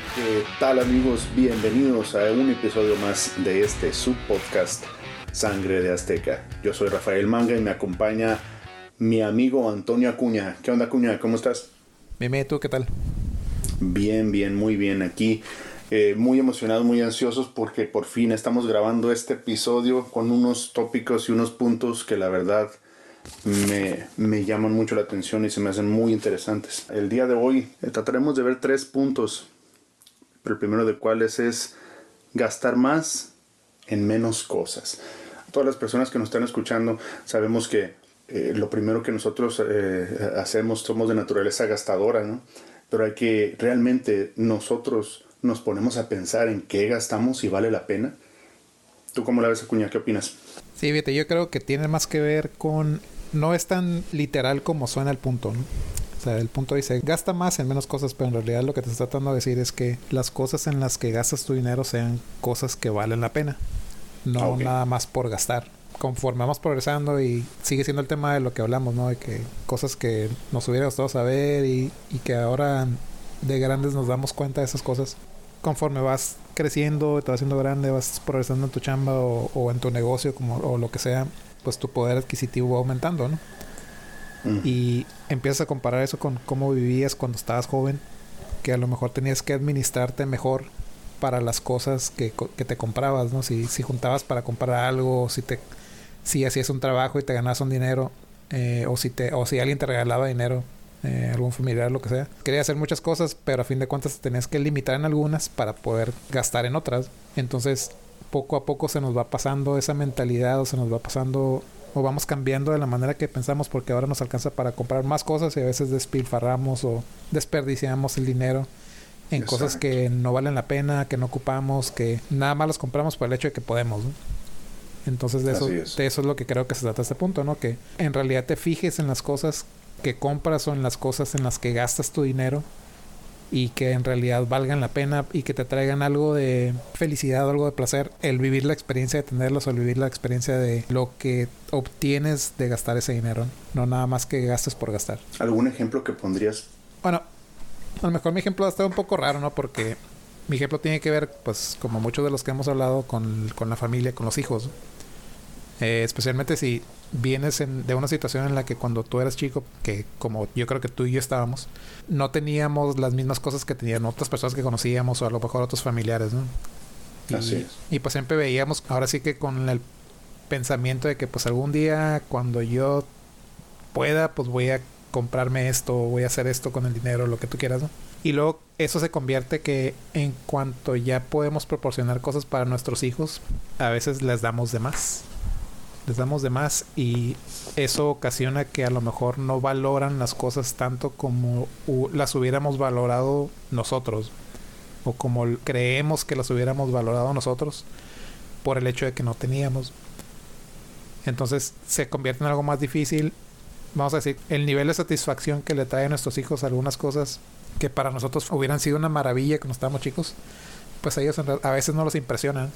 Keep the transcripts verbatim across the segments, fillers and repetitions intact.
¿Qué tal, amigos? Bienvenidos a un episodio más de este subpodcast Sangre de Azteca. Yo soy Rafael Manga y me acompaña mi amigo Antonio Acuña. ¿Qué onda, Acuña? ¿Cómo estás? Mime, ¿tú qué tal? Bien, bien, muy bien aquí. Eh, muy emocionados, muy ansiosos porque por fin estamos grabando este episodio con unos tópicos y unos puntos que la verdad me, me llaman mucho la atención y se me hacen muy interesantes. El día de hoy eh, trataremos de ver tres puntos, pero el primero de cuáles es gastar más en menos cosas. Todas las personas que nos están escuchando sabemos que eh, lo primero que nosotros eh, hacemos, somos de naturaleza gastadora, ¿no? Pero hay que realmente nosotros nos ponemos a pensar en qué gastamos y vale la pena. ¿Tú cómo la ves, Acuña? ¿Qué opinas? Sí, fíjate, yo creo que tiene más que ver con... No es tan literal como suena el punto, ¿no? O sea, el punto dice, gasta más en menos cosas, pero en realidad lo que te está tratando de decir es que las cosas en las que gastas tu dinero sean cosas que valen la pena. No Okay. nada más por gastar. Conforme vamos progresando y sigue siendo el tema de lo que hablamos, ¿no? De que cosas que nos hubiera gustado saber y, y que ahora de grandes nos damos cuenta de esas cosas. Conforme vas creciendo, te vas haciendo grande, vas progresando en tu chamba o, o en tu negocio como, o lo que sea, pues tu poder adquisitivo va aumentando, ¿no? Mm. Y empiezas a comparar eso con cómo vivías cuando estabas joven, que a lo mejor tenías que administrarte mejor para las cosas que, que te comprabas, ¿no? Si, si juntabas para comprar algo, si te si hacías un trabajo y te ganabas un dinero, eh, o si te o si alguien te regalaba dinero, eh, algún familiar, lo que sea. Querías hacer muchas cosas, pero a fin de cuentas te tenías que limitar en algunas para poder gastar en otras. Entonces, poco a poco se nos va pasando esa mentalidad, o se nos va pasando, o vamos cambiando de la manera que pensamos, porque ahora nos alcanza para comprar más cosas y a veces despilfarramos o desperdiciamos el dinero en Exacto. cosas que no valen la pena, que no ocupamos, que nada más las compramos por el hecho de que podemos, ¿no? Entonces de eso, de eso es lo que creo que se trata este punto, ¿no? Que en realidad te fijes en las cosas que compras o en las cosas en las que gastas tu dinero y que en realidad valgan la pena y que te traigan algo de felicidad o algo de placer, el vivir la experiencia de tenerlos o el vivir la experiencia de lo que obtienes de gastar ese dinero, no nada más que gastes por gastar. ¿Algún ejemplo que pondrías? Bueno, a lo mejor mi ejemplo va a estar un poco raro, ¿no? Porque mi ejemplo tiene que ver, pues, como muchos de los que hemos hablado, con, con la familia, con los hijos. Eh, especialmente si vienes en, de una situación en la que cuando tú eras chico, que como yo creo que tú y yo estábamos, no teníamos las mismas cosas que tenían otras personas que conocíamos o a lo mejor otros familiares, ¿no? Y, Así es. Y pues siempre veíamos, ahora sí que con el pensamiento de que pues algún día cuando yo pueda, pues voy a comprarme esto, voy a hacer esto con el dinero, lo que tú quieras, ¿no? Y luego eso se convierte que en cuanto ya podemos proporcionar cosas para nuestros hijos, a veces les damos de más. Les damos de más y eso ocasiona que a lo mejor no valoran las cosas tanto como uh, las hubiéramos valorado nosotros o como creemos que las hubiéramos valorado nosotros por el hecho de que no teníamos. Entonces se convierte en algo más difícil. Vamos a decir, el nivel de satisfacción que le trae a nuestros hijos algunas cosas que para nosotros hubieran sido una maravilla cuando estábamos chicos, pues a ellos a veces no los impresionan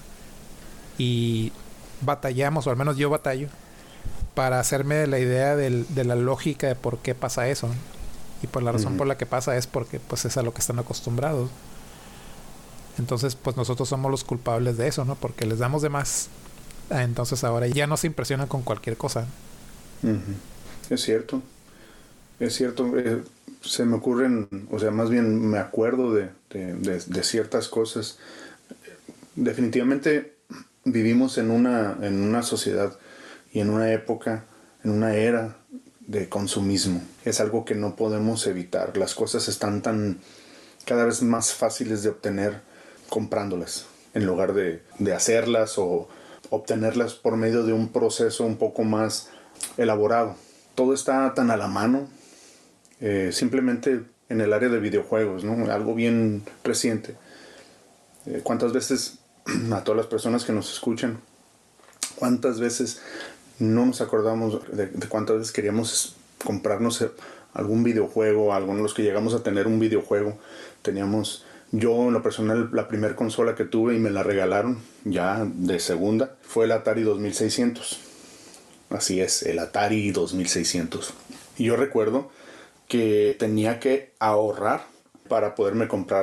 y batallamos, o al menos yo batallo, para hacerme de la idea del, de la lógica de por qué pasa eso. Y pues la razón uh-huh. por la que pasa es porque pues es a lo que están acostumbrados. Entonces pues nosotros somos los culpables de eso, ¿no? Porque les damos de más. Entonces ahora ya no se impresionan con cualquier cosa. Uh-huh. Es cierto. Es cierto. Eh, se me ocurren, o sea, más bien me acuerdo de, de, de, de ciertas cosas. Definitivamente vivimos en una, en una sociedad y en una época, en una era de consumismo. Es algo que no podemos evitar. Las cosas están tan cada vez más fáciles de obtener comprándolas, en lugar de, de hacerlas o obtenerlas por medio de un proceso un poco más elaborado. Todo está tan a la mano, eh, simplemente en el área de videojuegos, ¿no? Algo bien reciente. Eh, ¿Cuántas veces a todas las personas que nos escuchan, cuántas veces no nos acordamos de, de cuántas veces queríamos comprarnos algún videojuego? Algunos de los que llegamos a tener un videojuego, teníamos, yo en lo personal, la primera consola que tuve y me la regalaron ya de segunda fue el Atari dos mil seiscientos. Así es, el Atari dos mil seiscientos. Y yo recuerdo que tenía que ahorrar para poderme comprar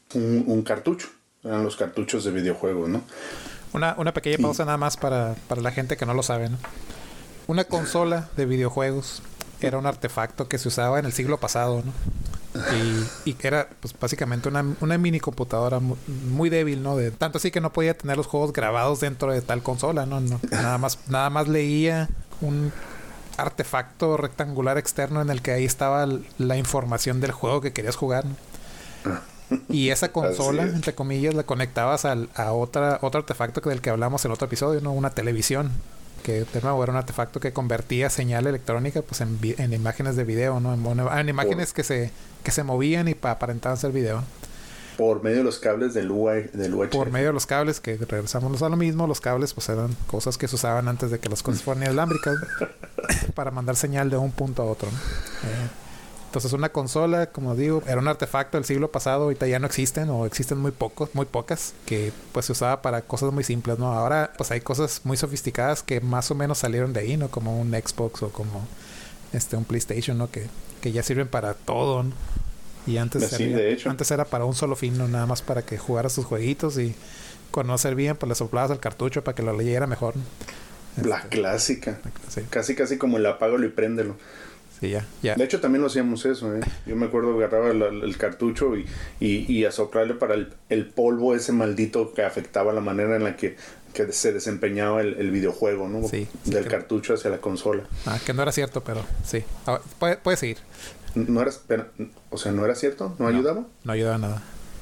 un, un cartucho. Eran los cartuchos de videojuegos, ¿no? Una, una pequeña pausa y... nada más para, para la gente que no lo sabe, ¿no? Una consola de videojuegos era un artefacto que se usaba en el siglo pasado, ¿no? Y, y que era pues básicamente una, una mini computadora muy, muy débil, ¿no? De, tanto así que no podía tener los juegos grabados dentro de tal consola, ¿no? no nada más, nada más leía un artefacto rectangular externo en el que ahí estaba la información del juego que querías jugar, ¿no? Y esa consola, entre comillas, la conectabas al, a otra otro artefacto que del que hablamos en otro episodio, ¿no? Una televisión. Que de nuevo era un artefacto que convertía señal electrónica pues en, en imágenes de video, ¿no? En, en imágenes por, que se que se movían y pa, aparentaban ser video. Por medio de los cables del U H F. Del U H F. Por medio de los cables, que regresamos a lo mismo, los cables pues eran cosas que se usaban antes de que las cosas fueran inalámbricas para mandar señal de un punto a otro, ¿no? Eh, entonces una consola, como digo, era un artefacto del siglo pasado, ahorita ya no existen o existen muy pocos, muy pocas, que pues se usaba para cosas muy simples, ¿no? Ahora pues hay cosas muy sofisticadas que más o menos salieron de ahí, ¿no? Como un Xbox o como este un PlayStation, ¿no? Que, que ya sirven para todo, ¿no? Y antes, sí, era, de hecho. antes era para un solo fin, ¿no? Nada más para que jugaras sus jueguitos y cuando no servían pues le soplabas al cartucho para que lo leyera mejor, ¿no? La este, clásica. Sí. Casi casi como el apágalo y préndelo. Sí, ya, ya. De hecho, también lo hacíamos eso, ¿eh? Yo me acuerdo que agarraba el, el cartucho y, y, y a soplarle para el, el polvo ese maldito que afectaba la manera en la que, que se desempeñaba el, el videojuego, ¿no? Sí, Del sí, cartucho hacia la consola. Ah, que no era cierto, pero sí. Ah, puede, puede seguir. ¿No era, pero, o sea, ¿no era cierto? ¿No, ¿No ayudaba? No ayudaba nada.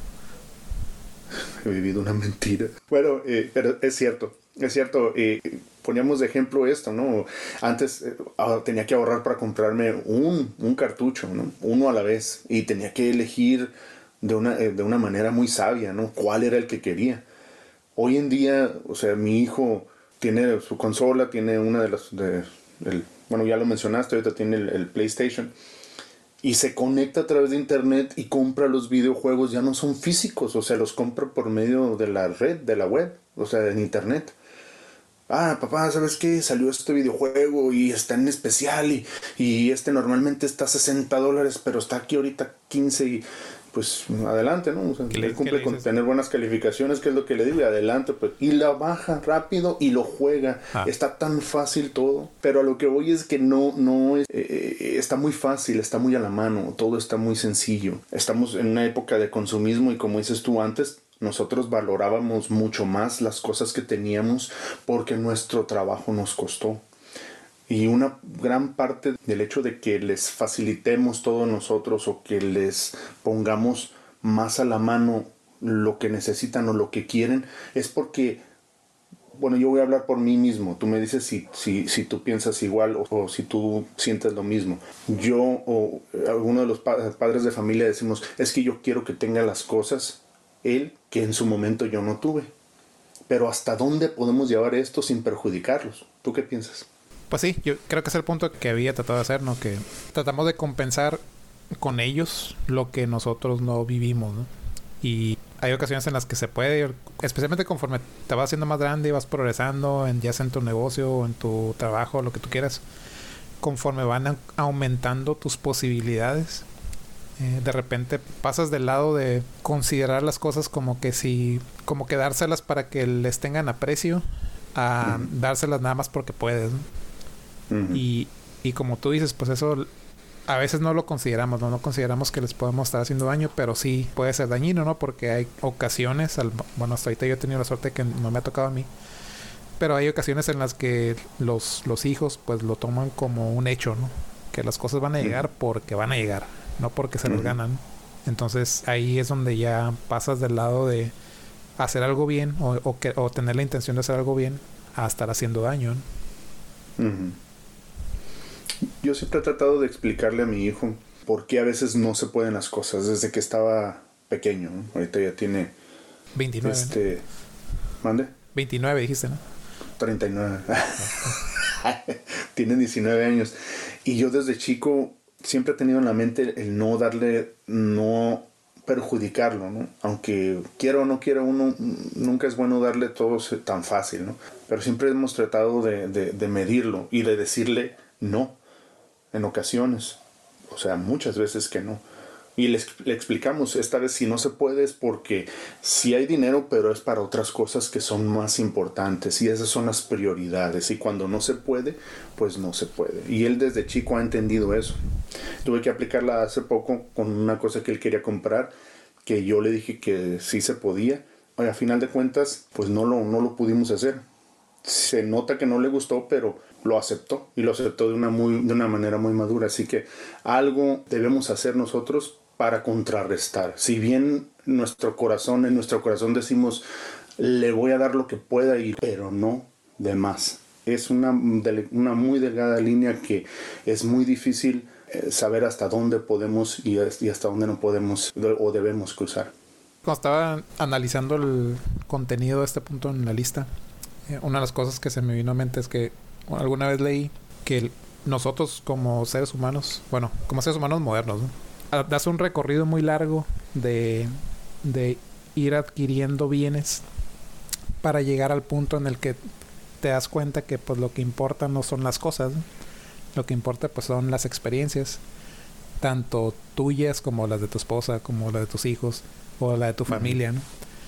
He vivido una mentira. Bueno, eh, pero es cierto. Es cierto, eh, poníamos de ejemplo esto, ¿no? Antes eh, tenía que ahorrar para comprarme un, un cartucho, ¿no? Uno a la vez. Y tenía que elegir de una, eh, de una manera muy sabia, ¿no? ¿Cuál era el que quería? Hoy en día, o sea, mi hijo tiene su consola, tiene una de las... De, el, bueno, ya lo mencionaste, ahorita tiene el, el PlayStation. Y se conecta a través de internet y compra los videojuegos. Ya no son físicos, o sea, los compra por medio de la red, de la web, o sea, en internet. Ah, papá, ¿sabes qué? Salió este videojuego y está en especial y, y este normalmente está a sesenta dólares, pero está aquí ahorita quince y pues adelante, ¿no? O sea, él cumple con tener buenas calificaciones, que es lo que le digo, adelante, pues. Y la baja rápido y lo juega. Ah. Está tan fácil todo, pero a lo que voy es que no, no es, eh, está muy fácil, está muy a la mano, todo está muy sencillo. Estamos en una época de consumismo y como dices tú antes, nosotros valorábamos mucho más las cosas que teníamos porque nuestro trabajo nos costó. Y una gran parte del hecho de que les facilitemos todo nosotros o que les pongamos más a la mano lo que necesitan o lo que quieren es porque, bueno, yo voy a hablar por mí mismo. Tú me dices si, si, si tú piensas igual o, o si tú sientes lo mismo. Yo o alguno de los pa- padres de familia decimos, es que yo quiero que tenga las cosas él que en su momento yo no tuve. Pero ¿hasta dónde podemos llevar esto sin perjudicarlos? ¿Tú qué piensas? Pues sí, yo creo que es el punto que había tratado de hacer, ¿no? Que tratamos de compensar con ellos lo que nosotros no vivimos, ¿no? Y hay ocasiones en las que se puede, especialmente conforme te vas haciendo más grande y vas progresando, en, ya sea en tu negocio o en tu trabajo, lo que tú quieras, conforme van aumentando tus posibilidades, eh, de repente pasas del lado de considerar las cosas como que si, como que dárselas para que les tengan aprecio, a uh-huh. dárselas nada más porque puedes, ¿no? Uh-huh. Y, y como tú dices, pues eso a veces no lo consideramos, ¿no? No consideramos que les podemos estar haciendo daño, pero sí puede ser dañino, ¿no? Porque hay ocasiones, al, bueno, hasta ahorita yo he tenido la suerte que no me ha tocado a mí, pero hay ocasiones en las que los, los hijos pues lo toman como un hecho, ¿no? Que las cosas van a llegar uh-huh. porque van a llegar, no porque se uh-huh. los ganan. Entonces ahí es donde ya pasas del lado de hacer algo bien o, o, que, o tener la intención de hacer algo bien a estar haciendo daño, ¿no? Uh-huh. Yo siempre he tratado de explicarle a mi hijo por qué a veces no se pueden las cosas desde que estaba pequeño, ¿no? Ahorita ya tiene veintinueve. Este, ¿mande? veintinueve dijiste, ¿no? treinta y nueve. Tiene diecinueve años. Y yo desde chico siempre he tenido en la mente el no darle, no perjudicarlo, ¿no? Aunque quiera o no quiera uno, nunca es bueno darle todo tan fácil, ¿no? Pero siempre hemos tratado de, de, de medirlo y de decirle no en ocasiones, o sea, muchas veces que no, Y le, le explicamos, esta vez si no se puede es porque sí hay dinero, pero es para otras cosas que son más importantes y esas son las prioridades. Y cuando no se puede, pues no se puede. Y él desde chico ha entendido eso. Tuve que aplicarla hace poco con una cosa que él quería comprar, que yo le dije que sí se podía. Y a final de cuentas, pues no lo, no lo pudimos hacer. Se nota que no le gustó, pero lo aceptó. Y lo aceptó de una, muy, de una manera muy madura. Así que algo debemos hacer nosotros para contrarrestar. Si bien nuestro corazón, en nuestro corazón decimos, le voy a dar lo que pueda ir, pero no de más. Es una, una muy delgada línea que es muy difícil eh, saber hasta dónde podemos y, y hasta dónde no podemos o debemos cruzar. Cuando estaba analizando el contenido de este punto en la lista, eh, una de las cosas que se me vino a mente es que alguna vez leí que nosotros como seres humanos, bueno, como seres humanos modernos, ¿no? Das un recorrido muy largo de, de ir adquiriendo bienes para llegar al punto en el que te das cuenta que pues lo que importa no son las cosas, ¿no? Lo que importa pues son las experiencias, tanto tuyas como las de tu esposa, como las de tus hijos o la de tu familia, ¿no?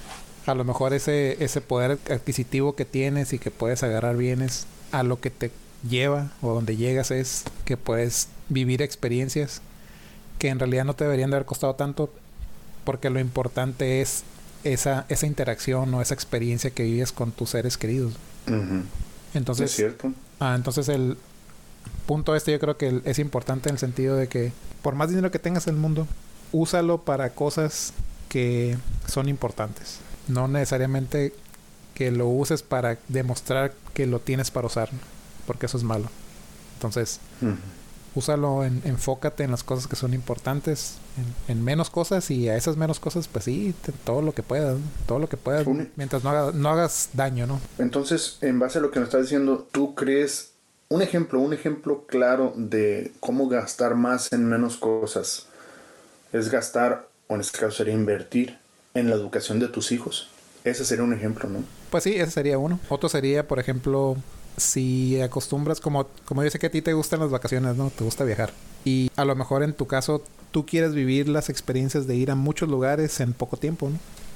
A lo mejor ese, ese poder adquisitivo que tienes y que puedes agarrar bienes, a lo que te lleva o donde llegas es que puedes vivir experiencias que en realidad no te deberían de haber costado tanto, porque lo importante es esa, esa interacción o esa experiencia que vives con tus seres queridos. Uh-huh. Entonces, es cierto. Ah, entonces el punto este yo creo que es importante en el sentido de que por más dinero que tengas en el mundo, úsalo para cosas que son importantes. No necesariamente que lo uses para demostrar que lo tienes para usar, porque eso es malo. Entonces, uh-huh. úsalo, en, enfócate en las cosas que son importantes, en, en menos cosas, y a esas menos cosas, pues sí, te, todo lo que puedas, todo lo que puedas, Un... mientras no, haga, no hagas daño, ¿no? Entonces, en base a lo que nos estás diciendo, ¿tú crees un ejemplo, un ejemplo claro de cómo gastar más en menos cosas? Es gastar, o en este caso sería invertir en la educación de tus hijos. Ese sería un ejemplo, ¿no? Pues sí, ese sería uno. Otro sería, por ejemplo, si acostumbras, como, como yo sé que a ti te gustan las vacaciones, ¿no? Te gusta viajar. Y a lo mejor en tu caso, tú quieres vivir las experiencias de ir a muchos lugares en poco tiempo,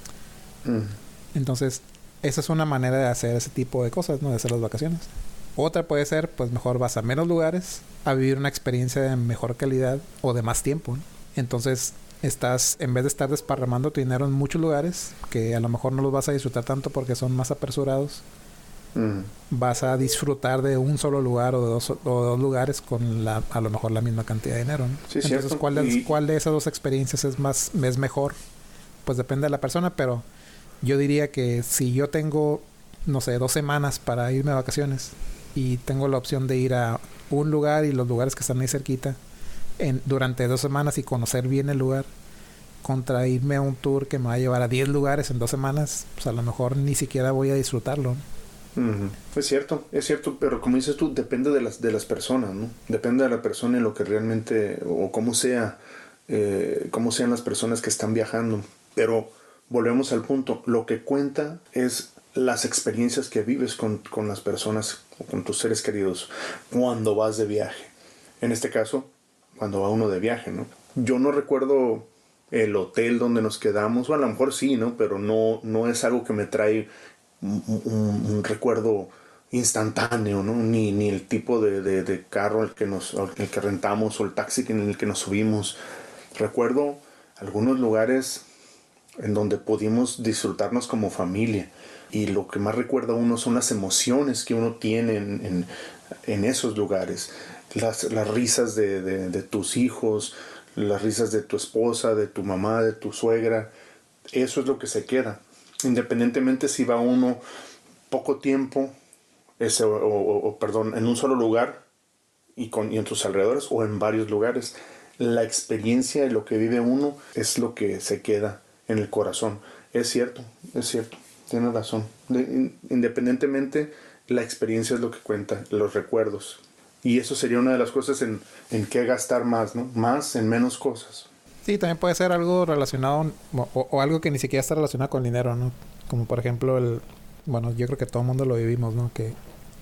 ¿no? Mm. Entonces, esa es una manera de hacer ese tipo de cosas, ¿no? De hacer las vacaciones. Otra puede ser, pues mejor vas a menos lugares a vivir una experiencia de mejor calidad o de más tiempo, ¿no? Entonces, estás, en vez de estar desparramando tu dinero en muchos lugares, que a lo mejor no los vas a disfrutar tanto porque son más apresurados, mm. vas a disfrutar de un solo lugar o de dos, o de dos lugares con la, a lo mejor la misma cantidad de dinero, ¿no? Sí, entonces, cierto. ¿cuál, es, y... ¿cuál de esas dos experiencias es más es mejor? Pues depende de la persona, pero yo diría que si yo tengo, no sé, dos semanas para irme de vacaciones y tengo la opción de ir a un lugar y los lugares que están ahí cerquita en, durante dos semanas y conocer bien el lugar, contra irme a un tour que me va a llevar a diez lugares en dos semanas, pues a lo mejor ni siquiera voy a disfrutarlo, ¿no? Uh-huh. Es cierto, es cierto, pero como dices tú, depende de las de las personas, ¿no? Depende de la persona y lo que realmente, o cómo sea, eh, cómo sean las personas que están viajando. Pero volvemos al punto, lo que cuenta es las experiencias que vives con, con las personas o con tus seres queridos cuando vas de viaje. En este caso, cuando va uno de viaje, ¿no? Yo no recuerdo el hotel donde nos quedamos, o a lo mejor sí, ¿no? Pero no, no es algo que me trae un, un, un recuerdo instantáneo, ¿no? Ni, ni el tipo de, de, de carro el que, nos, el que rentamos o el taxi en el que nos subimos. Recuerdo algunos lugares en donde pudimos disfrutarnos como familia. Y lo que más recuerda uno son las emociones que uno tiene en, en, en esos lugares. Las, las risas de, de, de tus hijos, las risas de tu esposa, de tu mamá, de tu suegra. Eso es lo que se queda. Independientemente si va uno poco tiempo, ese, o, o, o perdón, en un solo lugar y, con, y en tus alrededores, o en varios lugares. La experiencia y lo que vive uno es lo que se queda en el corazón. Es cierto, es cierto. Tienes razón. De, independientemente, la experiencia es lo que cuenta, los recuerdos. Y eso sería una de las cosas en, en qué gastar más, ¿no? Más en menos cosas. Sí, también puede ser algo relacionado, o, o algo que ni siquiera está relacionado con dinero, ¿no? Como por ejemplo el... Bueno, yo creo que todo el mundo lo vivimos, ¿no? Que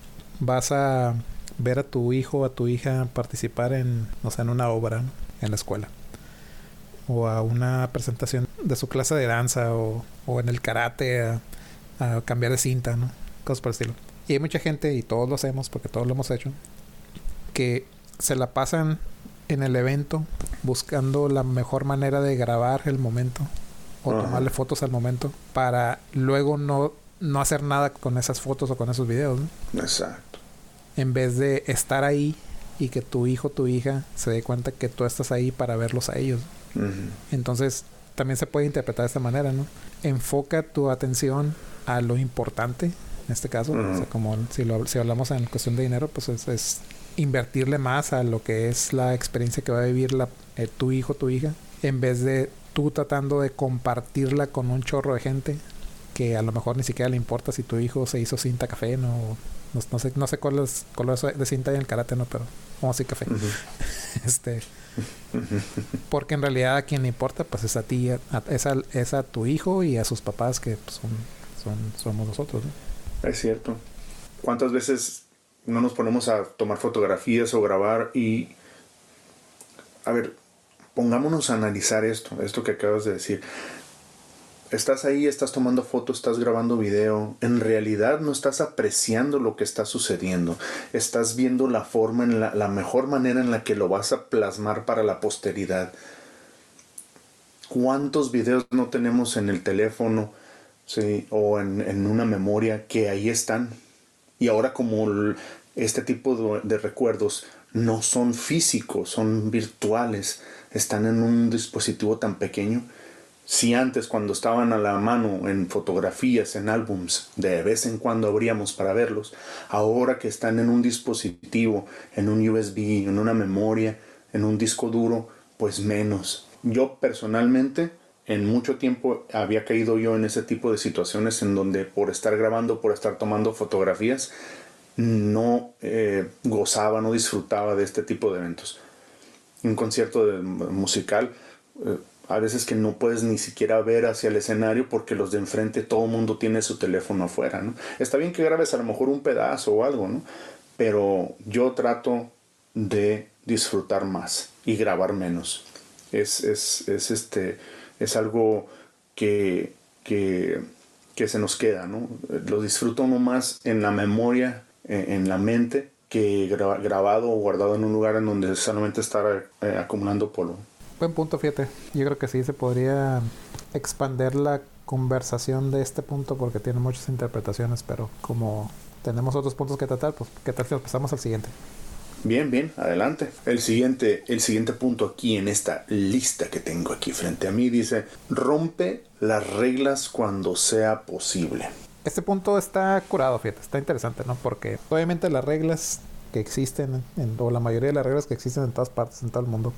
vas a ver a tu hijo o a tu hija participar en, o sea, en una obra, ¿no? En la escuela. o a una presentación de su clase de danza o, o en el karate a, a cambiar de cinta, ¿no? Cosas por el estilo. Y hay mucha gente, y todos lo hacemos porque todos lo hemos hecho, que se la pasan en el evento buscando la mejor manera de grabar el momento o uh-huh. tomarle fotos al momento para luego no, no hacer nada con esas fotos o con esos videos, ¿no? Exacto. En vez de estar ahí y que tu hijo o tu hija se dé cuenta que tú estás ahí para verlos a ellos. Uh-huh. Entonces también se puede interpretar de esta manera, ¿no? Enfoca tu atención a lo importante, en este caso. Uh-huh. O sea, como si, lo, si hablamos en cuestión de dinero, pues es, es invertirle más a lo que es la experiencia que va a vivir la, eh, tu hijo o tu hija, en vez de tú tratando de compartirla con un chorro de gente que a lo mejor ni siquiera le importa si tu hijo se hizo cinta café, ¿no? No, no sé, no sé cuál es color de cinta hay en el karate, ¿no? Pero vamos a decir café. Uh-huh. este porque en realidad a quien le importa pues es a ti, a, a, es, a, es a tu hijo y a sus papás que pues, son, son somos nosotros, ¿no? Es cierto. ¿Cuántas veces no nos ponemos a tomar fotografías o grabar y a ver, pongámonos a analizar esto, esto que acabas de decir? Estás ahí, estás tomando fotos, estás grabando video. En realidad no estás apreciando lo que está sucediendo. Estás viendo la forma, en la, la mejor manera en la que lo vas a plasmar para la posteridad. ¿Cuántos videos no tenemos en el teléfono, sí, o en, en una memoria que ahí están? Y ahora como el, este tipo de, de recuerdos no son físicos, son virtuales, están en un dispositivo tan pequeño. Si antes, cuando estaban a la mano en fotografías, en álbums, de vez en cuando abríamos para verlos, ahora que están en un dispositivo, en un U S B, en una memoria, en un disco duro, pues menos. Yo personalmente, en mucho tiempo había caído yo en ese tipo de situaciones en donde por estar grabando, por estar tomando fotografías, no eh, gozaba, no disfrutaba de este tipo de eventos. Un concierto de, musical... Eh, a veces que no puedes ni siquiera ver hacia el escenario porque los de enfrente, todo el mundo tiene su teléfono afuera, ¿no? Está bien que grabes a lo mejor un pedazo o algo, ¿no? Pero yo trato de disfrutar más y grabar menos. Es, es, es, este, es algo que, que, que se nos queda, ¿no? Lo disfruto uno más en la memoria, en, en la mente, que gra- grabado o guardado en un lugar en donde solamente estar eh, acumulando polvo. Buen punto, fíjate. Yo creo que sí se podría expander la conversación de este punto porque tiene muchas interpretaciones, pero como tenemos otros puntos que tratar, pues ¿qué tal si nos pasamos al siguiente? Bien, bien, adelante. El siguiente, el siguiente punto aquí en esta lista que tengo aquí frente a mí dice: rompe las reglas cuando sea posible. Este punto está curado, fíjate, está interesante, ¿no? Porque obviamente las reglas que existen, en, o la mayoría de las reglas que existen en todas partes, en todo el mundo,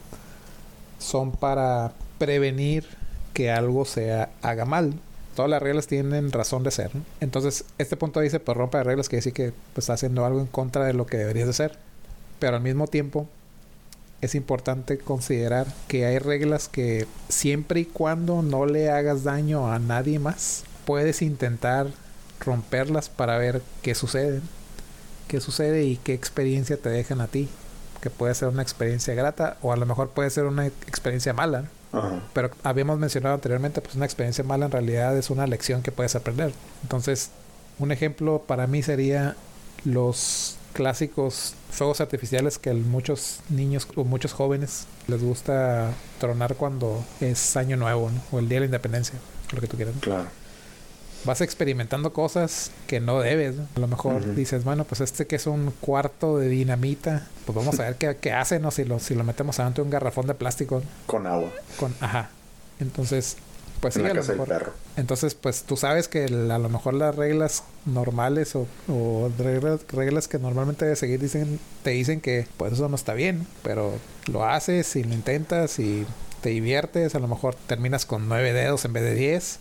son para prevenir que algo se haga mal. Todas las reglas tienen razón de ser, ¿no? Entonces, este punto dice, pues rompe las reglas, quiere decir que pues, está haciendo algo en contra de lo que deberías de hacer. Pero al mismo tiempo, es importante considerar que hay reglas que siempre y cuando no le hagas daño a nadie más, puedes intentar romperlas para ver qué sucede. Qué sucede y qué experiencia te dejan a ti. Que puede ser una experiencia grata o a lo mejor puede ser una experiencia mala, ¿no? Uh-huh. Pero habíamos mencionado anteriormente, pues una experiencia mala en realidad es una lección que puedes aprender. Entonces, un ejemplo para mí sería los clásicos fuegos artificiales que muchos niños o muchos jóvenes les gusta tronar cuando es año nuevo, ¿no? O el día de la independencia, lo que tú quieras, ¿no? Claro. Vas experimentando cosas que no debes, ¿no? A lo mejor uh-huh. dices, bueno, pues este que es un cuarto de dinamita, pues vamos a ver qué, qué hace, ¿no? Si lo, si lo metemos adentro de un garrafón de plástico, ¿no? Con agua. Con, ajá. Entonces, pues en sí, la a lo casa mejor. del perro. Entonces, pues tú sabes que el, a lo mejor las reglas normales o, o reglas, reglas que normalmente debes seguir dicen, te dicen que pues eso no está bien, pero lo haces y lo intentas y te diviertes, a lo mejor terminas con nueve dedos en vez de diez.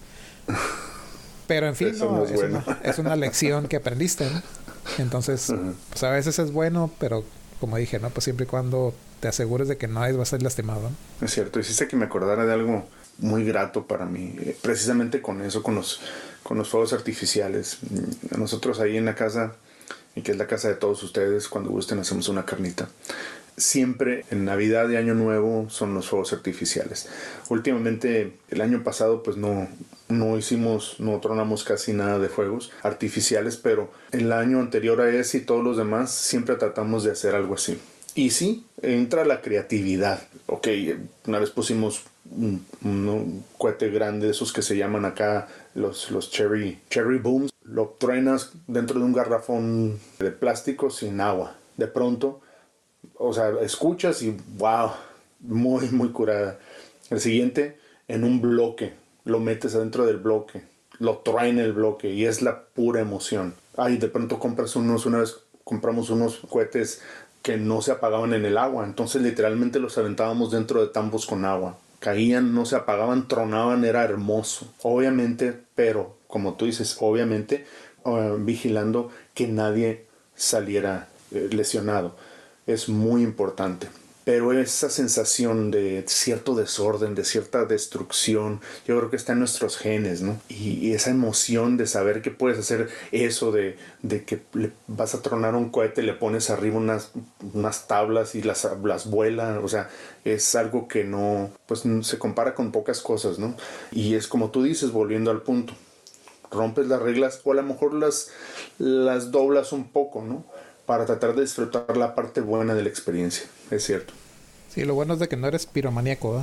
Pero en fin, no, no es, bueno. una, es una lección que aprendiste, ¿no? Entonces, uh-huh. pues a veces es bueno, pero como dije, ¿no? Pues siempre y cuando te asegures de que nadie va a ser lastimado, ¿no? Es cierto, hiciste que me acordara de algo muy grato para mí, eh, precisamente con eso, con los, con los fuegos artificiales. Nosotros ahí en la casa, y que es la casa de todos ustedes, cuando gusten hacemos una carnita. siempre en Navidad y Año Nuevo son los fuegos artificiales. Últimamente, el año pasado, pues no, no hicimos, no tronamos casi nada de fuegos artificiales, pero el año anterior a ese y todos los demás siempre tratamos de hacer algo así. Y sí, entra la creatividad. Ok, una vez pusimos un, un, un cohete grande, de esos que se llaman acá los, los cherry, cherry booms. Lo truenas dentro de un garrafón de plástico sin agua. De pronto, o sea, escuchas y wow, muy, muy curada. El siguiente, en un bloque, lo metes adentro del bloque, lo truena el bloque y es la pura emoción. Ay, de pronto compras unos, una vez compramos unos cohetes que no se apagaban en el agua, entonces literalmente los aventábamos dentro de tambos con agua. Caían, no se apagaban, tronaban, era hermoso. Obviamente, pero como tú dices, obviamente uh, vigilando que nadie saliera eh, lesionado. Es muy importante. Pero esa sensación de cierto desorden, de cierta destrucción, yo creo que está en nuestros genes, ¿no? Y, y esa emoción de saber que puedes hacer eso, de, de que le vas a tronar un cohete, le pones arriba unas, unas tablas y las, las vuela, o sea, es algo que no, pues se compara con pocas cosas, ¿no? Y es como tú dices, volviendo al punto, rompes las reglas o a lo mejor las, las doblas un poco, ¿no? Para tratar de disfrutar la parte buena de la experiencia, es cierto. Sí, lo bueno es de que no eres piromaníaco, ¿eh?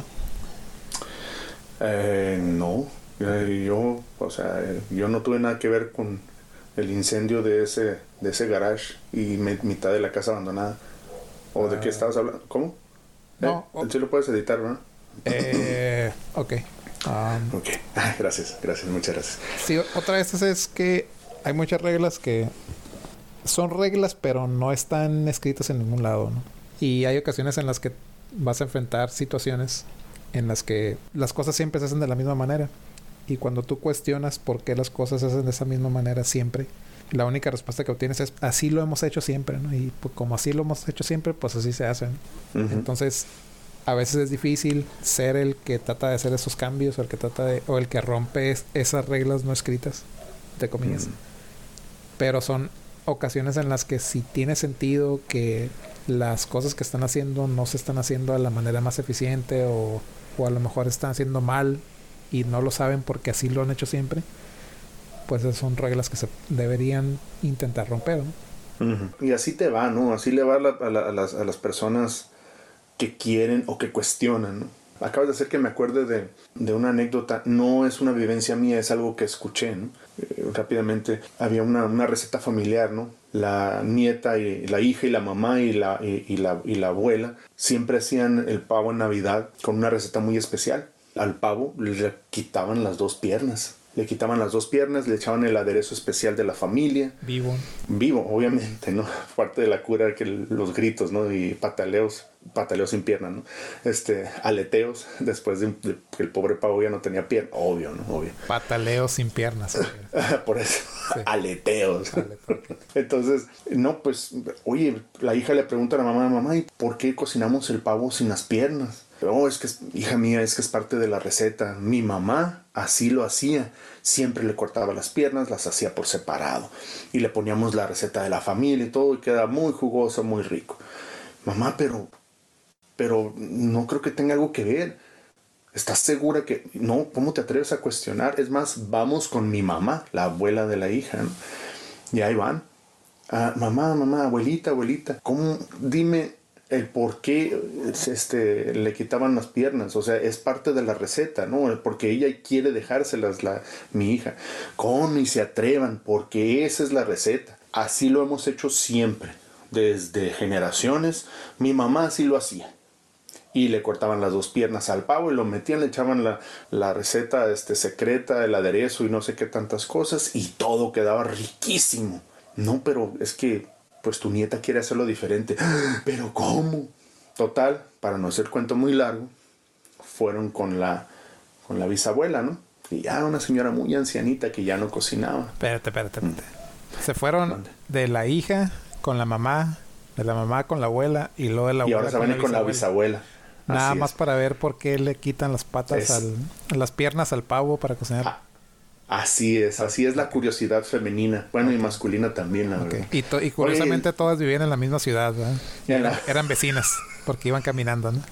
Eh, no, eh, yo, o sea, eh, yo no tuve nada que ver con el incendio de ese, de ese garage y me, mitad de la casa abandonada. ¿O uh, de qué estabas hablando? ¿Cómo? No. Eh, sí lo puedes editar, ¿verdad? Eh, ok. Um, ok, gracias, gracias, muchas gracias. Sí, otra vez es que hay muchas reglas que son reglas, pero no están escritas en ningún lado, ¿no? Y hay ocasiones en las que vas a enfrentar situaciones en las que las cosas siempre se hacen de la misma manera. Y cuando tú cuestionas por qué las cosas se hacen de esa misma manera siempre, la única respuesta que obtienes es así lo hemos hecho siempre, ¿no? Y pues, como así lo hemos hecho siempre, pues así se hacen. Uh-huh. Entonces, a veces es difícil ser el que trata de hacer esos cambios o el que trata de, o el que rompe es, esas reglas no escritas, de comillas. Uh-huh. Pero son ocasiones en las que sí tiene sentido que las cosas que están haciendo no se están haciendo de la manera más eficiente o, o a lo mejor están haciendo mal y no lo saben porque así lo han hecho siempre, pues esas son reglas que se deberían intentar romper, ¿no? Uh-huh. Y así te va, ¿no? Así le va a, la, a, la, a, las, a las personas que quieren o que cuestionan, ¿no? Acabas de hacer que me acuerde de, de una anécdota. No es una vivencia mía, es algo que escuché, ¿no? Eh, rápidamente había una, una receta familiar, ¿no? La nieta y la hija y la mamá y la, y, y, la, y la abuela siempre hacían el pavo en Navidad con una receta muy especial. Al pavo le quitaban las dos piernas. Le quitaban las dos piernas, le echaban el aderezo especial de la familia. Vivo. Vivo, obviamente, ¿no? Parte de la cura que los gritos, ¿no? Y pataleos, pataleos sin pierna, ¿no? Este, aleteos, después de, de que el pobre pavo ya no tenía pierna. Obvio, ¿no? Obvio. Pataleos sin piernas. Por eso. Sí. Aleteos. Aleteos. Entonces, no, pues, oye, la hija le pregunta a la mamá, mamá, ¿y por qué cocinamos el pavo sin las piernas? Oh, es que, es, hija mía, es que es parte de la receta. Mi mamá así lo hacía. Siempre le cortaba las piernas, las hacía por separado. Y le poníamos la receta de la familia y todo, y queda muy jugoso, muy rico. Mamá, pero, pero no creo que tenga algo que ver. ¿Estás segura que...? No, ¿cómo te atreves a cuestionar? Es más, vamos con mi mamá, la abuela de la hija, ¿no? Y ahí van. Ah, mamá, mamá, abuelita, abuelita, ¿cómo? Dime... el por qué este, le quitaban las piernas, o sea, es parte de la receta, ¿no? Porque ella quiere dejárselas, la, mi hija. ¿Cómo ni se atrevan? Porque esa es la receta. Así lo hemos hecho siempre, desde generaciones. Mi mamá así lo hacía. Y le cortaban las dos piernas al pavo y lo metían, le echaban la, la receta este, secreta, el aderezo y no sé qué tantas cosas, y todo quedaba riquísimo. No, pero es que... pues tu nieta quiere hacerlo diferente. ¿Pero cómo? Total, para no hacer cuento muy largo, fueron con la, con la bisabuela, ¿no? Y ya una señora muy ancianita que ya no cocinaba. Espérate, espérate, espérate. Mm. Se fueron ¿Dónde? De la hija con la mamá, de la mamá con la abuela y luego de la abuela. Y ahora se van con, con la bisabuela. Nada más es. Para ver por qué le quitan las patas, es. al, las piernas al pavo para cocinar. Ah, Así es, así es la curiosidad femenina. Bueno, y masculina también, la Okay. verdad. Y, to- y curiosamente Oye, todas vivían en la misma ciudad, ¿verdad? en la- Eran vecinas, porque iban caminando, ¿no?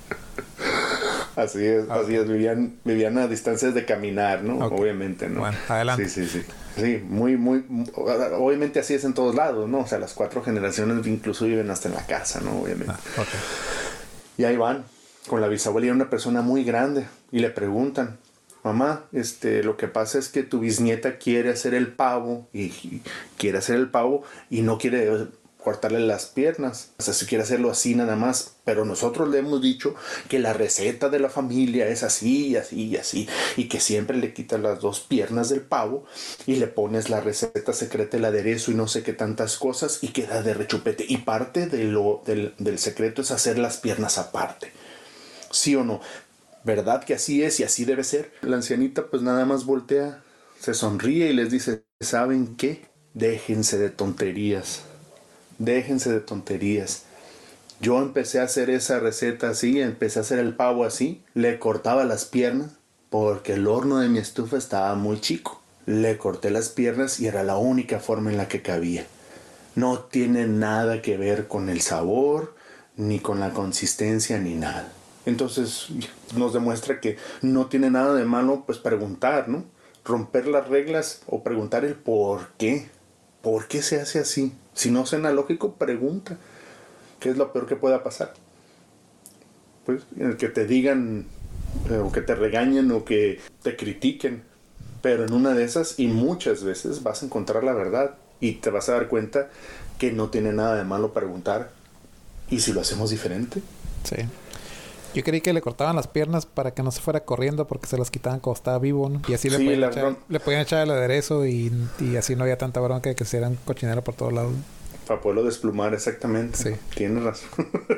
Así es, Ah, así es. Vivían, vivían a distancias de caminar, ¿no? Ok. Obviamente, ¿no? Bueno, adelante. Sí, sí, sí. Sí, muy, muy... Obviamente así es en todos lados, ¿no? O sea, las cuatro generaciones incluso viven hasta en la casa, ¿no? Obviamente. Ah, ok. Y ahí van, con la bisabuela, y era una persona muy grande. Y le preguntan, mamá, este, lo que pasa es que tu bisnieta quiere hacer el pavo, y, y quiere hacer el pavo, y no quiere cortarle las piernas. O sea, si quiere hacerlo así nada más. Pero nosotros le hemos dicho que la receta de la familia es así, y así, y así. Y que siempre le quitas las dos piernas del pavo y le pones la receta secreta, el aderezo y no sé qué tantas cosas, y queda de rechupete. Y parte de lo, del, del secreto es hacer las piernas aparte. ¿Sí o no? ¿Verdad que así es y así debe ser? La ancianita pues nada más voltea, se sonríe y les dice, ¿saben qué? Déjense de tonterías. Déjense de tonterías. Yo empecé a hacer esa receta así, empecé a hacer el pavo así. Le cortaba las piernas porque el horno de mi estufa estaba muy chico. Le corté las piernas y era la única forma en la que cabía. No tiene nada que ver con el sabor, ni con la consistencia, ni nada. Entonces nos demuestra que no tiene nada de malo pues preguntar, ¿no? Romper las reglas o preguntar el por qué. ¿Por qué se hace así? Si no suena lógico, pregunta. ¿Qué es lo peor que pueda pasar? Pues el que te digan, eh, o que te regañen, o que te critiquen. Pero en una de esas, y muchas veces, vas a encontrar la verdad. Y te vas a dar cuenta que no tiene nada de malo preguntar. ¿Y si lo hacemos diferente? Sí. Yo creí que le cortaban las piernas para que no se fuera corriendo porque se las quitaban cuando estaba vivo, ¿no? Y así le, Sí, podían la echar, bron- le podían echar el aderezo y, y así no había tanta bronca de que se eran cochinero por todos lados. Para poderlo desplumar, exactamente. Sí. Tienes razón.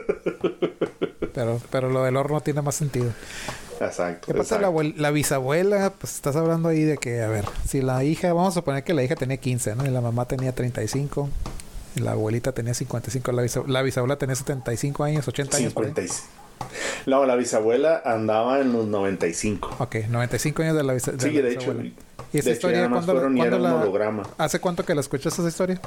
Pero, pero lo del horno tiene más sentido. Exacto. ¿Qué pasa? La, exacto. abuel- la bisabuela, pues estás hablando ahí de que, a ver, si la hija, vamos a suponer que la hija tenía quince, ¿no? Y la mamá tenía treinta y cinco. Y la abuelita tenía cincuenta y cinco. La, bisa- la bisabuela tenía setenta y cinco años, ochenta años. por ahí. cincuenta y cinco. No, la bisabuela andaba en los noventa y cinco. Ok, noventa y cinco años de la, bisa- de Sí, la de hecho. bisabuela. ¿Y esa De hecho, historia ya nada más cuándo, fueron y cuándo era un la... holograma. ¿Hace cuánto que la escuchas esa historia?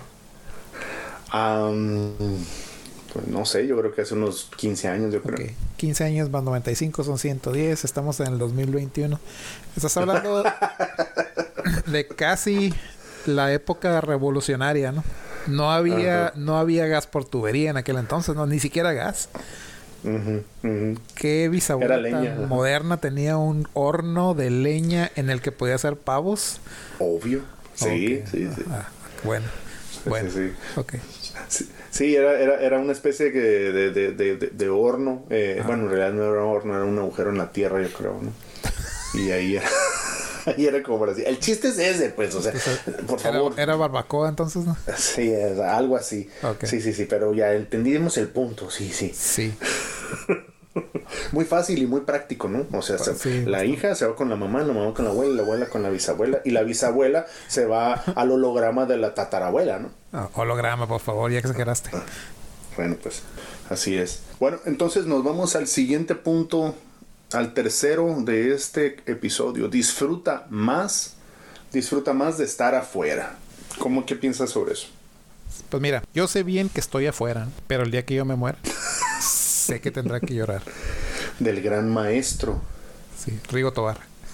Um, pues no sé, yo creo que hace unos quince años, yo creo. Ok, quince años más noventa y cinco son ciento diez. Estamos en el dos mil veintiuno. Estás hablando de casi la época revolucionaria, ¿no? No había, Ajá. no había gas por tubería en aquel entonces, no, ni siquiera gas. Ujú, ujú. ¿Qué bisabuela Era leña, tan ajá. moderna tenía un horno de leña en el que podía hacer pavos? Obvio. Sí, Ok. sí, sí. Ah, bueno, Sí, bueno, sí, ok. sí. Sí, era, era, era una especie de, de, de, de, de- de horno. Eh, Ah. Bueno, en realidad no era un horno, era un agujero en la tierra, yo creo, ¿no? Y ahí era, ahí era como para decir. El chiste es ese, pues, o sea, por Era, favor. era barbacoa entonces, ¿no? Sí, es algo así. Ok. Sí, sí, sí, pero ya entendimos el punto, sí, sí. Sí. Muy fácil y muy práctico, ¿no? O sea, se- Sí, la bastante. hija se va con la mamá, la mamá con la abuela, la abuela con la bisabuela, y la bisabuela se va al holograma de la tatarabuela, ¿no? Ah, holograma, por favor, ya exageraste. Bueno, pues así es. Bueno, entonces nos vamos al siguiente punto, al tercero de este episodio. Disfruta más, disfruta más de estar afuera. ¿Cómo qué piensas sobre eso? Pues mira, yo sé bien que estoy afuera, pero el día que yo me muera, sé que tendrá que llorar. Del gran maestro. Sí, Rigo Tobar.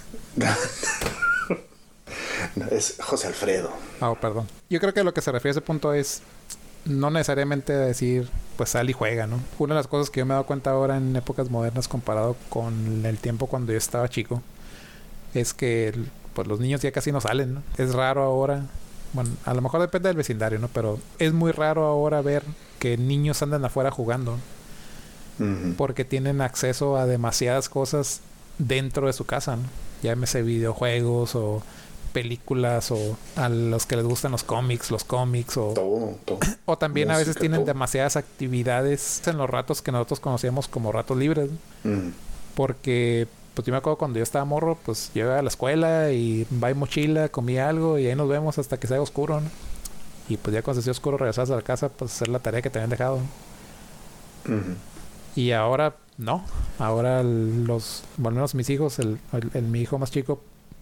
Es José Alfredo. Ah, oh, perdón. Yo creo que lo que se refiere a ese punto es no necesariamente decir, pues sal y juega, ¿no? Una de las cosas que yo me he dado cuenta ahora en épocas modernas comparado con el tiempo cuando yo estaba chico es que pues los niños ya casi no salen, ¿no? Es raro ahora, bueno, a lo mejor depende del vecindario, ¿no? Pero es muy raro ahora ver que niños andan afuera jugando Ujú. porque tienen acceso a demasiadas cosas dentro de su casa, ¿no? Llámese videojuegos o películas o a los que les gustan los cómics, los cómics o, Todo, todo. o también a veces Música, tienen todo. demasiadas actividades en los ratos que nosotros conocíamos como ratos libres, ¿no? Ujú. Porque pues yo me acuerdo cuando yo estaba morro, pues yo iba a la escuela y va en mochila, comía algo y ahí nos vemos hasta que se haga oscuro, ¿no? Y pues ya cuando se hacía oscuro regresabas a la casa pues hacer la tarea que te habían dejado, ¿no? Ujú. Y ahora no. Ahora el- los, bueno, al menos mis hijos, el, el- el- mi hijo más chico,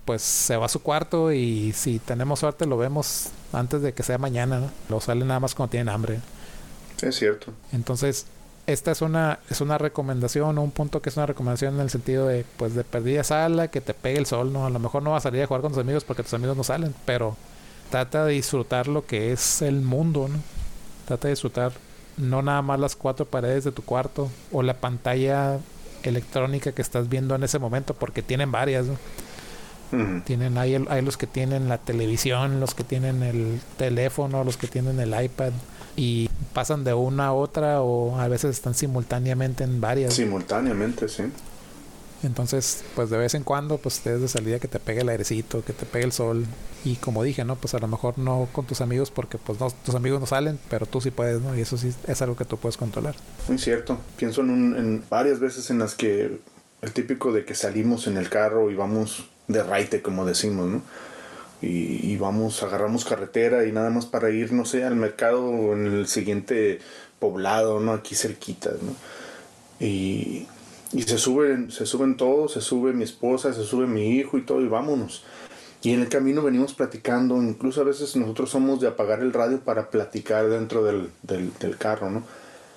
pues se va a su cuarto y si tenemos suerte lo vemos antes de que sea mañana, ¿no? Lo sale nada más cuando tienen hambre. Es cierto. Entonces, esta es una es una recomendación, o un punto que es una recomendación en el sentido de, pues, de perdida sala, que te pegue el sol, ¿no? A lo mejor no vas a salir a jugar con tus amigos porque tus amigos no salen, pero trata de disfrutar lo que es el mundo, ¿no? Trata de disfrutar no nada más las cuatro paredes de tu cuarto o la pantalla electrónica que estás viendo en ese momento, porque tienen varias, ¿no? Uh-huh. Tienen, hay, hay los que tienen la televisión, los que tienen el teléfono, los que tienen el iPad, y pasan de una a otra, o a veces están simultáneamente en varias. Simultáneamente, sí. Entonces, pues de vez en cuando, pues debes de salir a que te pegue el airecito, que te pegue el sol. Y como dije, ¿no? Pues a lo mejor no con tus amigos, porque pues no, tus amigos no salen, pero tú sí puedes, ¿no? Y eso sí es algo que tú puedes controlar. Muy cierto. Pienso en, un, en varias veces en las que el típico de que salimos en el carro y vamos de raite, como decimos, ¿no? Y, y vamos, agarramos carretera y nada más para ir, no sé, al mercado o en el siguiente poblado, ¿no? Aquí cerquita, ¿no? Y... Y se suben, se suben todos, se sube mi esposa, se sube mi hijo y todo, y vámonos. Y en el camino venimos platicando, incluso a veces nosotros somos de apagar el radio para platicar dentro del, del, del carro, ¿no?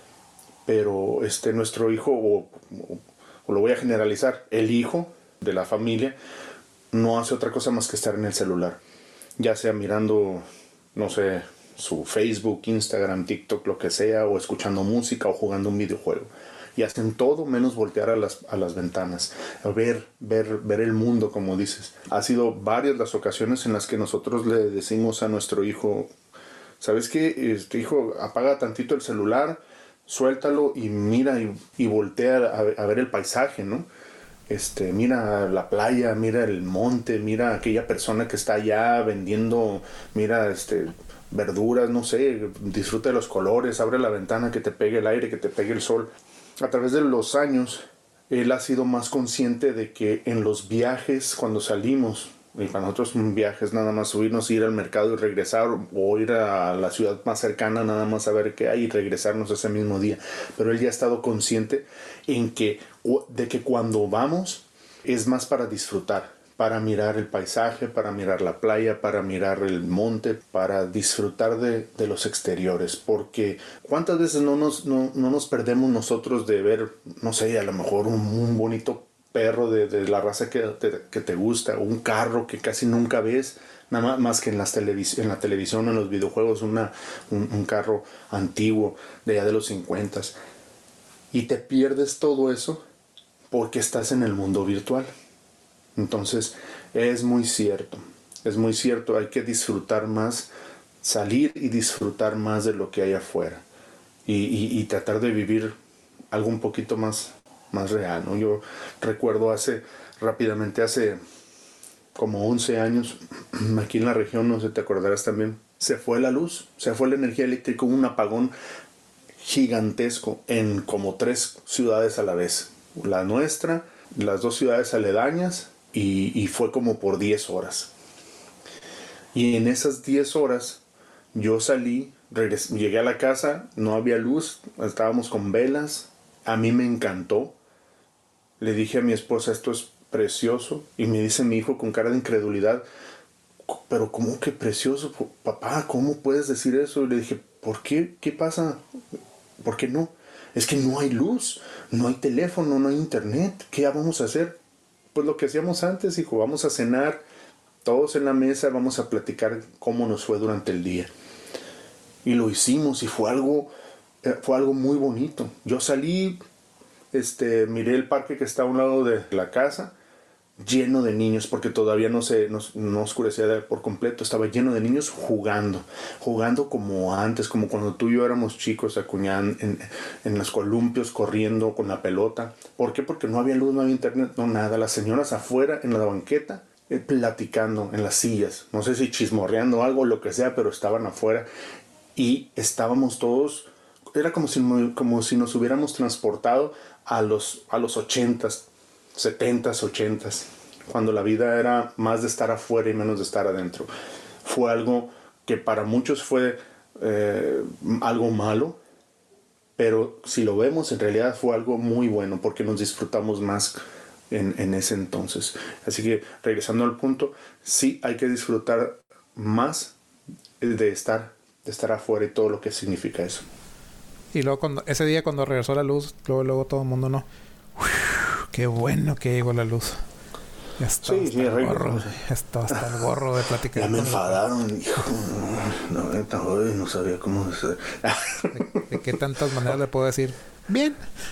Pero este, nuestro hijo, o, o, o lo voy a generalizar, el hijo de la familia no hace otra cosa más que estar en el celular. Ya sea mirando, no sé, su Facebook, Instagram, TikTok, lo que sea, o escuchando música o jugando un videojuego. Y hacen todo menos voltear a las, a las ventanas, a ver, ver, ver el mundo, como dices. Ha sido varias las ocasiones en las que nosotros le decimos a nuestro hijo, ¿sabes qué? Este hijo, apaga tantito el celular, suéltalo y mira y, y voltea a, a ver el paisaje, ¿no? Este, mira la playa, mira el monte, mira aquella persona que está allá vendiendo, mira este... verduras, no sé, disfruta de los colores, abre la ventana, que te pegue el aire, que te pegue el sol. A través de los años, él ha sido más consciente de que en los viajes, cuando salimos, y para nosotros un viaje es nada más subirnos, ir al mercado y regresar, o ir a la ciudad más cercana, nada más a ver qué hay y regresarnos ese mismo día. Pero él ya ha estado consciente en que, de que cuando vamos es más para disfrutar, para mirar el paisaje, para mirar la playa, para mirar el monte, para disfrutar de, de los exteriores. Porque ¿cuántas veces no nos, no, no nos perdemos nosotros de ver, no sé, a lo mejor un, un bonito perro de, de la raza que te, que te gusta, o un carro que casi nunca ves, nada más, más que en, las televis- en la televisión, en los videojuegos, una, un, un carro antiguo de allá de los cincuenta, y te pierdes todo eso porque estás en el mundo virtual? Entonces, es muy cierto, es muy cierto, hay que disfrutar más, salir y disfrutar más de lo que hay afuera, y, y, y tratar de vivir algo un poquito más, más real, ¿no? Yo recuerdo hace, rápidamente, hace como once años, aquí en la región, no sé, te acordarás también, se fue la luz, se fue la energía eléctrica, un apagón gigantesco en como tres ciudades a la vez, la nuestra, las dos ciudades aledañas, Y, y fue como por diez horas. Y en esas diez horas yo salí, regresé, llegué a la casa, no había luz, estábamos con velas. A mí me encantó. Le dije a mi esposa, esto es precioso. Y me dice mi hijo con cara de incredulidad, pero ¿cómo que precioso? Papá, ¿cómo puedes decir eso? Y le dije, ¿por qué? ¿Qué pasa? ¿Por qué no? Es que no hay luz, no hay teléfono, no hay internet. ¿Qué vamos a hacer? Pues lo que hacíamos antes, hijo, vamos a cenar todos en la mesa, vamos a platicar cómo nos fue durante el día. Y lo hicimos y fue algo, fue algo muy bonito. Yo salí, este, miré el parque que está a un lado de la casa, lleno de niños, porque todavía no se no, no oscurecía por completo, estaba lleno de niños jugando, jugando como antes, como cuando tú y yo éramos chicos, acuñaban en, en los columpios, corriendo con la pelota. ¿Por qué? Porque no había luz, no había internet, no nada. Las señoras afuera en la banqueta, eh, platicando en las sillas, no sé si chismorreando algo, lo que sea, pero estaban afuera y estábamos todos, era como si, como si nos hubiéramos transportado a los, a los ochentas, setentas, ochentas, cuando la vida era más de estar afuera y menos de estar adentro. Fue algo que para muchos fue eh, algo malo, pero si lo vemos en realidad fue algo muy bueno, porque nos disfrutamos más en, en ese entonces. Así que regresando al punto, sí hay que disfrutar más de estar, de estar afuera y todo lo que significa eso. Y luego cuando, ese día cuando regresó la luz, luego, luego todo el mundo no. Uf, qué bueno que llegó la luz. Ya estaba sí, hasta sí, el rico, gorro. no sé. Ya estaba hasta el gorro de platicar. Ya me enfadaron, hijo. No, no, no, no sabía cómo hacer. ¿De, ¿De qué tantas maneras le puedo decir? Bien.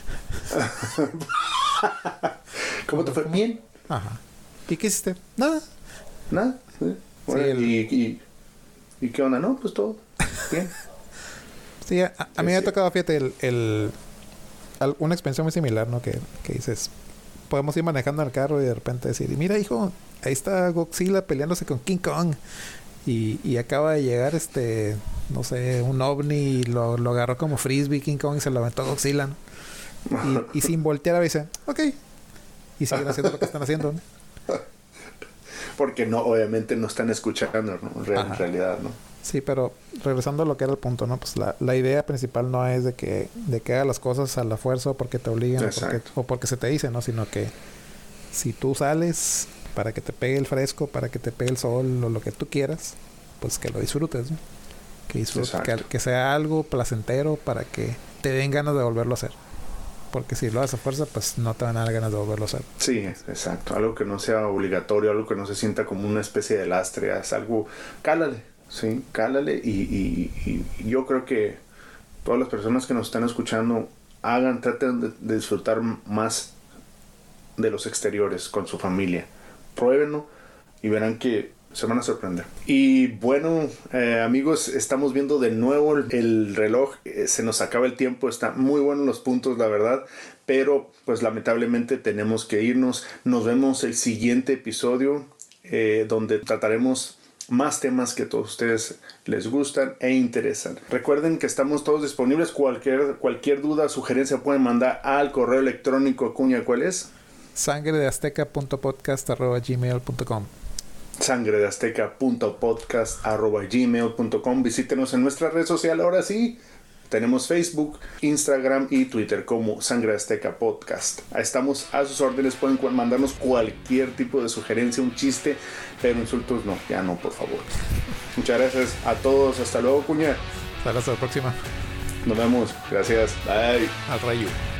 ¿Cómo te fue? Bien. Ajá. ¿Y qué hiciste? Nada. Nada. Sí. Bueno, sí, el... y, y, ¿Y qué onda? No, pues todo. Bien. Sí, a, a mí me ha tocado, fíjate, el, el, el, una experiencia muy similar, ¿no? Que, que dices, podemos ir manejando en el carro y de repente decir, mira, hijo, ahí está Godzilla peleándose con King Kong. Y, y acaba de llegar, este, no sé, un ovni y lo, lo agarró como frisbee King Kong y se lo aventó a Godzilla, ¿no? Y, y sin voltear a veces, ok. Y siguen haciendo lo que están haciendo, ¿no? Porque no, obviamente no están escuchando, ¿no? Real, en realidad, ¿no? Sí, pero regresando a lo que era el punto, ¿no? Pues la, la idea principal no es de que, de que hagas las cosas a la fuerza o porque te obligan o porque, o porque se te dice, ¿no? Sino que si tú sales para que te pegue el fresco, para que te pegue el sol o lo que tú quieras, pues que lo disfrutes, ¿no? Que disfrutes, que, que sea algo placentero para que te den ganas de volverlo a hacer. Porque si lo haces a fuerza, pues no te van a dar ganas de volverlo a hacer. Sí, exacto. Algo que no sea obligatorio, algo que no se sienta como una especie de lastre, es algo, cálale. Sí, cálale y, y, y yo creo que todas las personas que nos están escuchando hagan, traten de, de disfrutar más de los exteriores con su familia. Pruébenlo y verán que se van a sorprender. Y bueno, eh, amigos, estamos viendo de nuevo el, el reloj. Eh, se nos acaba el tiempo. Están muy buenos los puntos, la verdad. Pero pues lamentablemente tenemos que irnos. Nos vemos el siguiente episodio eh, donde trataremos más temas que a todos ustedes les gustan e interesan. Recuerden que estamos todos disponibles. Cualquier, cualquier duda, sugerencia pueden mandar al correo electrónico. Cuña, ¿cuál es? sangre de azteca punto podcast arroba gmail punto com sangre de azteca punto podcast arroba gmail punto com. Visítenos en nuestra red social. Ahora sí, tenemos Facebook, Instagram y Twitter como Sangre de Azteca Podcast. Estamos a sus órdenes. Pueden mandarnos cualquier tipo de sugerencia, un chiste, pero insultos no, ya no, por favor. Muchas gracias a todos. Hasta luego, Cuña. Hasta la próxima. Nos vemos. Gracias. Bye. Al rayo.